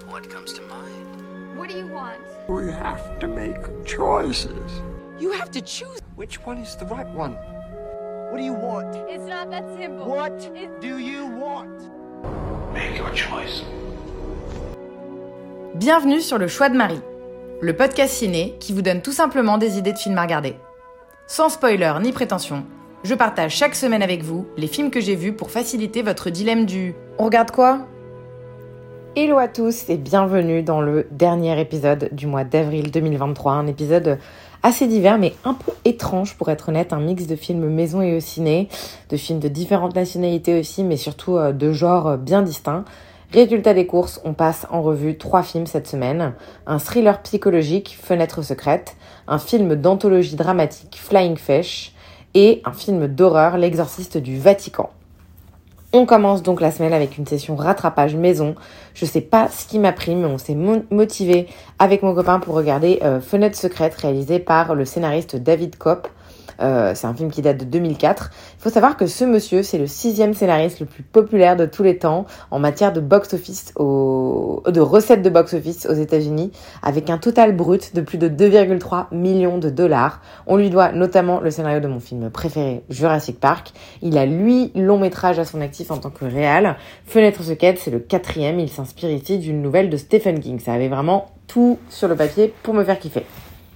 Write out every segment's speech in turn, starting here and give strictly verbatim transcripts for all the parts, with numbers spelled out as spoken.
What comes to mind? What do you want? We have to make choices. You have to choose. Which one is the right one? What do you want? It's not that simple. What It's... do you want? Make your choice. Bienvenue sur Le Choix de Marie, le podcast ciné qui vous donne tout simplement des idées de films à regarder. Sans spoiler ni prétention, je partage chaque semaine avec vous les films que j'ai vus pour faciliter votre dilemme du « on regarde quoi ?» Hello à tous et bienvenue dans le dernier épisode du mois d'avril deux mille vingt-trois, un épisode assez divers mais un peu étrange pour être honnête, un mix de films maison et au ciné, de films de différentes nationalités aussi mais surtout de genres bien distincts. Résultat des courses, on passe en revue trois films cette semaine, un thriller psychologique, Fenêtre secrète, un film d'anthologie dramatique, Flying Fish, et un film d'horreur, L'exorciste du Vatican. On commence donc la semaine avec une session rattrapage maison. Je sais pas ce qui m'a pris, mais on s'est mo- motivé avec mon copain pour regarder euh, Fenêtre secrète, réalisé par le scénariste David Koepp. Euh, c'est un film qui date de deux mille quatre. Il faut savoir que ce monsieur, c'est le sixième scénariste le plus populaire de tous les temps en matière de box-office, au... de recettes de box-office aux États-Unis, avec un total brut de plus de deux virgule trois millions de dollars. On lui doit notamment le scénario de mon film préféré, Jurassic Park. Il a huit longs métrages à son actif en tant que réal. Fenêtre secrète, c'est le quatrième. Il s'inspire ici d'une nouvelle de Stephen King. Ça avait vraiment tout sur le papier pour me faire kiffer.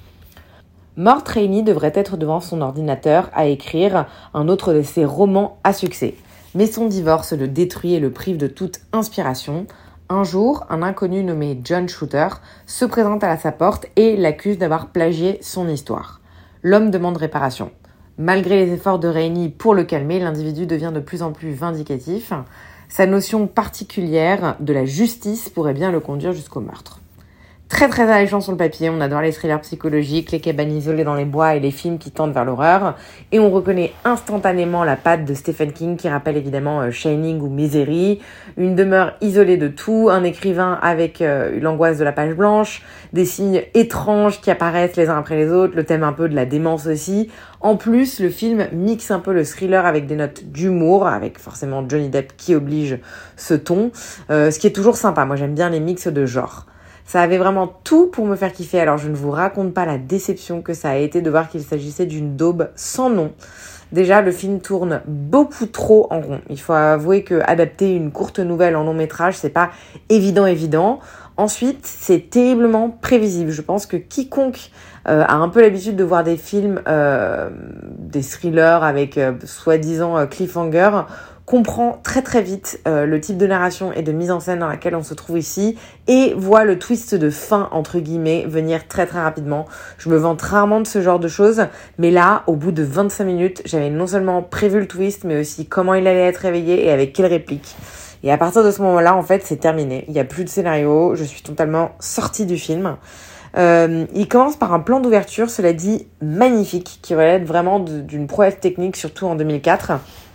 Mort Rainey devrait être devant son ordinateur à écrire un autre de ses romans à succès. Mais son divorce le détruit et le prive de toute inspiration. Un jour, un inconnu nommé John Shooter se présente à sa porte et l'accuse d'avoir plagié son histoire. L'homme demande réparation. Malgré les efforts de Rainey pour le calmer, l'individu devient de plus en plus vindicatif. Sa notion particulière de la justice pourrait bien le conduire jusqu'au meurtre. Très très alléchant sur le papier, on adore les thrillers psychologiques, les cabanes isolées dans les bois et les films qui tendent vers l'horreur. Et on reconnaît instantanément la patte de Stephen King qui rappelle évidemment Shining ou Misery. Une demeure isolée de tout, un écrivain avec euh, l'angoisse de la page blanche, des signes étranges qui apparaissent les uns après les autres, le thème un peu de la démence aussi. En plus, le film mixe un peu le thriller avec des notes d'humour, avec forcément Johnny Depp qui oblige ce ton, euh, ce qui est toujours sympa. Moi j'aime bien les mix de genres. Ça avait vraiment tout pour me faire kiffer, alors je ne vous raconte pas la déception que ça a été de voir qu'il s'agissait d'une daube sans nom. Déjà, le film tourne beaucoup trop en rond. Il faut avouer que adapter une courte nouvelle en long métrage, c'est pas évident évident. Ensuite, c'est terriblement prévisible. Je pense que quiconque euh, a un peu l'habitude de voir des films, euh, des thrillers avec euh, soi-disant euh, cliffhanger, comprend très très vite euh, le type de narration et de mise en scène dans laquelle on se trouve ici et voit le twist de fin entre guillemets venir très très rapidement. Je me vante rarement de ce genre de choses, mais là, au bout de vingt-cinq minutes, j'avais non seulement prévu le twist, mais aussi comment il allait être réveillé et avec quelle réplique. Et à partir de ce moment-là, en fait, c'est terminé. Il n'y a plus de scénario, je suis totalement sortie du film. Euh, il commence par un plan d'ouverture, cela dit magnifique, qui relève vraiment de, d'une prouesse technique, surtout en deux mille quatre.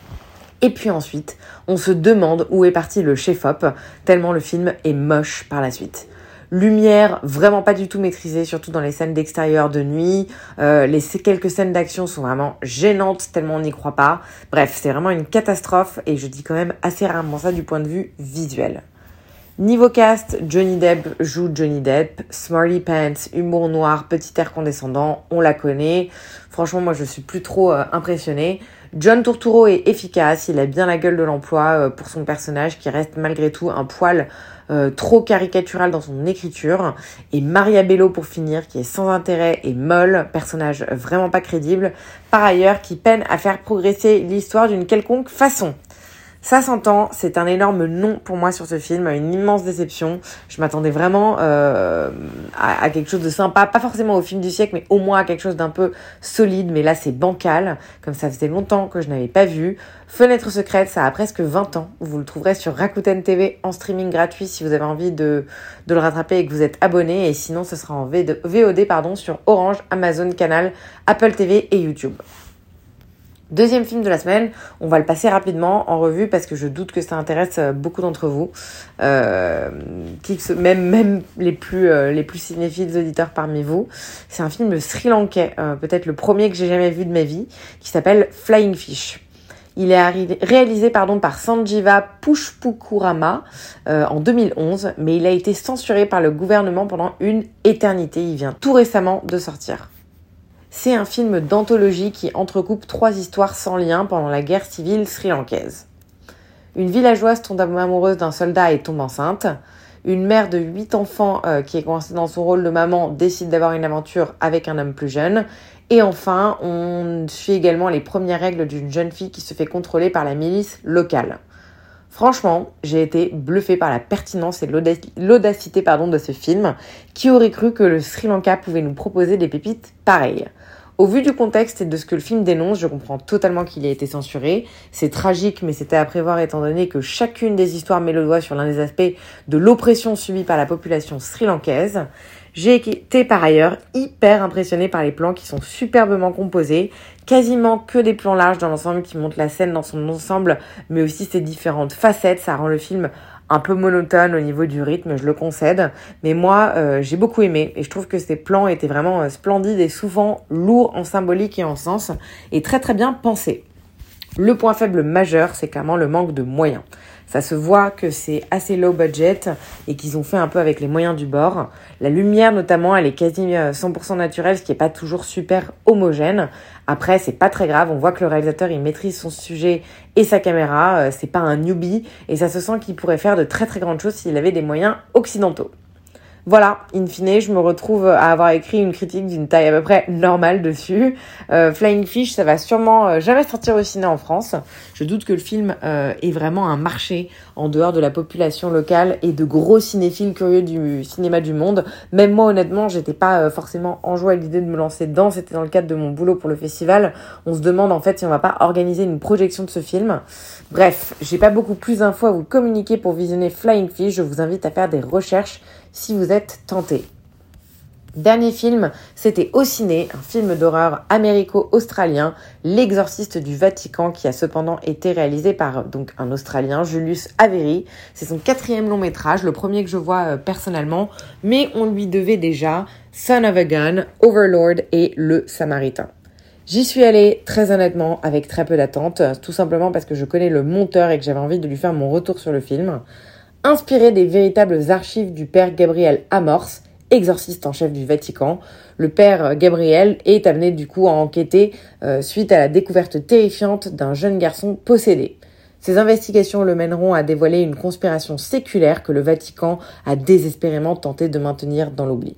Et puis ensuite, on se demande où est parti le chef-op, tellement le film est moche par la suite. Lumière vraiment pas du tout maîtrisée, surtout dans les scènes d'extérieur de nuit. Euh, les quelques scènes d'action sont vraiment gênantes, tellement on n'y croit pas. Bref, c'est vraiment une catastrophe et je dis quand même assez rarement ça du point de vue visuel. Niveau cast, Johnny Depp joue Johnny Depp, Smarty Pants, humour noir, petit air condescendant, on la connaît. Franchement, moi je suis plus trop euh, impressionnée. John Turturro est efficace, il a bien la gueule de l'emploi euh, pour son personnage qui reste malgré tout un poil euh, trop caricatural dans son écriture. Et Maria Bello pour finir, qui est sans intérêt et molle, personnage vraiment pas crédible, par ailleurs qui peine à faire progresser l'histoire d'une quelconque façon. Ça s'entend, c'est un énorme non pour moi sur ce film, une immense déception. Je m'attendais vraiment euh, à, à quelque chose de sympa, pas forcément au film du siècle, mais au moins à quelque chose d'un peu solide. Mais là, c'est bancal, comme ça faisait longtemps que je n'avais pas vu. Fenêtre secrète, ça a presque vingt ans. Vous le trouverez sur Rakuten T V en streaming gratuit si vous avez envie de, de le rattraper et que vous êtes abonné. Et sinon, ce sera en V O D pardon, sur Orange, Amazon, Canal, Apple T V et YouTube. Deuxième film de la semaine, on va le passer rapidement en revue parce que je doute que ça intéresse beaucoup d'entre vous, euh, qui, même, même les plus, euh, les plus cinéphiles auditeurs parmi vous. C'est un film sri-lankais, euh, peut-être le premier que j'ai jamais vu de ma vie, qui s'appelle Flying Fish. Il est arri- réalisé pardon, par Sanjeeva Pushpakurama euh, en deux mille onze, mais il a été censuré par le gouvernement pendant une éternité. Il vient tout récemment de sortir. C'est un film d'anthologie qui entrecoupe trois histoires sans lien pendant la guerre civile sri-lankaise. Une villageoise tombe amoureuse d'un soldat et tombe enceinte. Une mère de huit enfants euh, qui est coincée dans son rôle de maman décide d'avoir une aventure avec un homme plus jeune. Et enfin, on suit également les premières règles d'une jeune fille qui se fait contrôler par la milice locale. Franchement, j'ai été bluffée par la pertinence et l'audac- l'audacité pardon, de ce film. Qui aurait cru que le Sri Lanka pouvait nous proposer des pépites pareilles ? Au vu du contexte et de ce que le film dénonce, je comprends totalement qu'il ait été censuré. C'est tragique, mais c'était à prévoir étant donné que chacune des histoires met le doigt sur l'un des aspects de l'oppression subie par la population sri-lankaise. J'ai été par ailleurs hyper impressionnée par les plans qui sont superbement composés, quasiment que des plans larges dans l'ensemble qui montrent la scène dans son ensemble, mais aussi ses différentes facettes. Ça rend le film un peu monotone au niveau du rythme, je le concède, mais moi euh, j'ai beaucoup aimé et je trouve que ces plans étaient vraiment euh, splendides et souvent lourds en symbolique et en sens et très très bien pensés. Le point faible majeur, c'est clairement le manque de moyens. Ça se voit que c'est assez low budget et qu'ils ont fait un peu avec les moyens du bord. La lumière notamment, elle est quasi cent pour cent naturelle, ce qui est pas toujours super homogène. Après, c'est pas très grave, on voit que le réalisateur, il maîtrise son sujet et sa caméra. C'est pas un newbie et ça se sent qu'il pourrait faire de très très grandes choses s'il avait des moyens occidentaux. Voilà, in fine, je me retrouve à avoir écrit une critique d'une taille à peu près normale dessus. Euh, Flying Fish, ça va sûrement euh, jamais sortir au ciné en France. Je doute que le film euh, ait vraiment un marché en dehors de la population locale et de gros cinéphiles curieux du cinéma du monde. Même moi, honnêtement, j'étais pas euh, forcément enjouée à l'idée de me lancer dedans. C'était dans le cadre de mon boulot pour le festival. On se demande en fait si on va pas organiser une projection de ce film. Bref, j'ai pas beaucoup plus d'infos à vous communiquer pour visionner Flying Fish. Je vous invite à faire des recherches si vous êtes tenté. Dernier film, c'était Au ciné, un film d'horreur américo-australien, L'Exorciste du Vatican, qui a cependant été réalisé par donc un Australien, Julius Avery. C'est son quatrième long métrage, le premier que je vois euh, personnellement, mais on lui devait déjà Son of a Gun, Overlord et Le Samaritain. J'y suis allée très honnêtement avec très peu d'attente, tout simplement parce que je connais le monteur et que j'avais envie de lui faire mon retour sur le film. Inspiré des véritables archives du père Gabriel Amorce, exorciste en chef du Vatican, le père Gabriel est amené du coup à enquêter euh, suite à la découverte terrifiante d'un jeune garçon possédé. Ces investigations le mèneront à dévoiler une conspiration séculaire que le Vatican a désespérément tenté de maintenir dans l'oubli.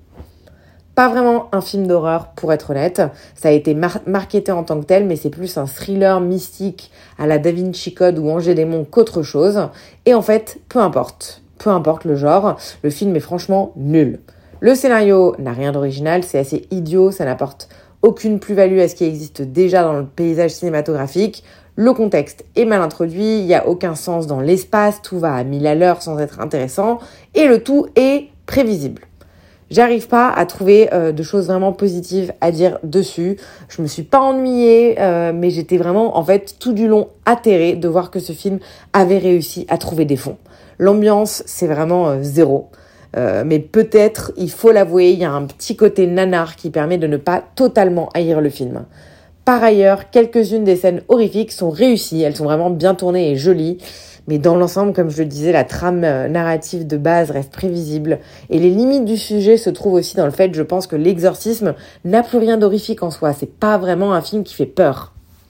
Pas vraiment un film d'horreur, pour être honnête. Ça a été mar- marketé en tant que tel, mais c'est plus un thriller mystique à la Da Vinci Code ou Ange et Démon qu'autre chose. Et en fait, peu importe. Peu importe le genre, le film est franchement nul. Le scénario n'a rien d'original, c'est assez idiot, ça n'apporte aucune plus-value à ce qui existe déjà dans le paysage cinématographique. Le contexte est mal introduit, il n'y a aucun sens dans l'espace, tout va à mille à l'heure sans être intéressant, et le tout est prévisible. J'arrive pas à trouver euh, de choses vraiment positives à dire dessus. Je me suis pas ennuyée, euh, mais j'étais vraiment, en fait, tout du long atterrée de voir que ce film avait réussi à trouver des fonds. L'ambiance, c'est vraiment euh, zéro. Euh, mais peut-être, il faut l'avouer, il y a un petit côté nanar qui permet de ne pas totalement haïr le film. Par ailleurs, quelques-unes des scènes horrifiques sont réussies, elles sont vraiment bien tournées et jolies. Mais dans l'ensemble, comme je le disais, la trame narrative de base reste prévisible. Et les limites du sujet se trouvent aussi dans le fait, je pense, que l'exorcisme n'a plus rien d'horrifique en soi. C'est pas vraiment un film qui fait peur.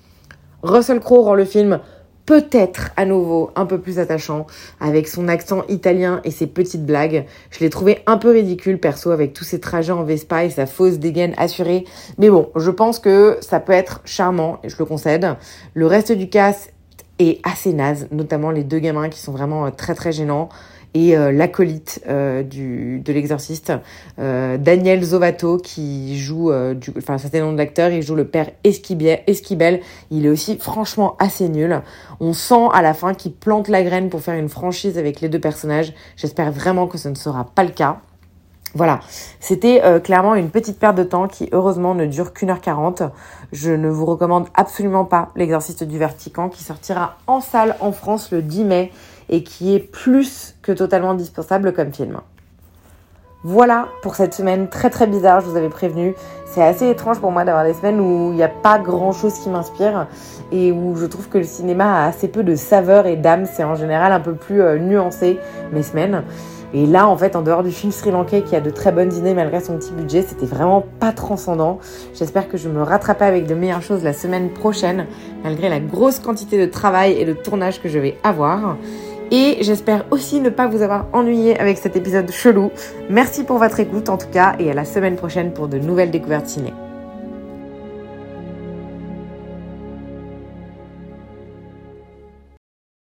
Russell Crowe rend le film peut-être à nouveau un peu plus attachant, avec son accent italien et ses petites blagues. Je l'ai trouvé un peu ridicule, perso, avec tous ses trajets en Vespa et sa fausse dégaine assurée. Mais bon, je pense que ça peut être charmant, et je le concède. Le reste du cast est assez naze, notamment les deux gamins qui sont vraiment très très gênants et euh, l'acolyte euh, du de l'exorciste, euh, Daniel Zovato, qui joue, euh, du, enfin ça c'est le nom de l'acteur, il joue le père Esquibel, Esquibel. Il est aussi franchement assez nul. On sent à la fin qu'il plante la graine pour faire une franchise avec les deux personnages. J'espère vraiment que ce ne sera pas le cas. Voilà, c'était euh, clairement une petite perte de temps qui heureusement ne dure qu'une heure quarante. Je ne vous recommande absolument pas L'Exorciste du Vatican, qui sortira en salle en France le dix mai et qui est plus que totalement dispensable comme film. Voilà pour cette semaine très très bizarre, je vous avais prévenu. C'est assez étrange pour moi d'avoir des semaines où il n'y a pas grand chose qui m'inspire et où je trouve que le cinéma a assez peu de saveur et d'âme. C'est en général un peu plus euh, nuancé mes semaines. Et là, en fait, en dehors du film sri-lankais qui a de très bonnes idées malgré son petit budget, c'était vraiment pas transcendant. J'espère que je me rattraperai avec de meilleures choses la semaine prochaine, malgré la grosse quantité de travail et de tournage que je vais avoir. Et j'espère aussi ne pas vous avoir ennuyé avec cet épisode chelou. Merci pour votre écoute en tout cas et à la semaine prochaine pour de nouvelles découvertes ciné.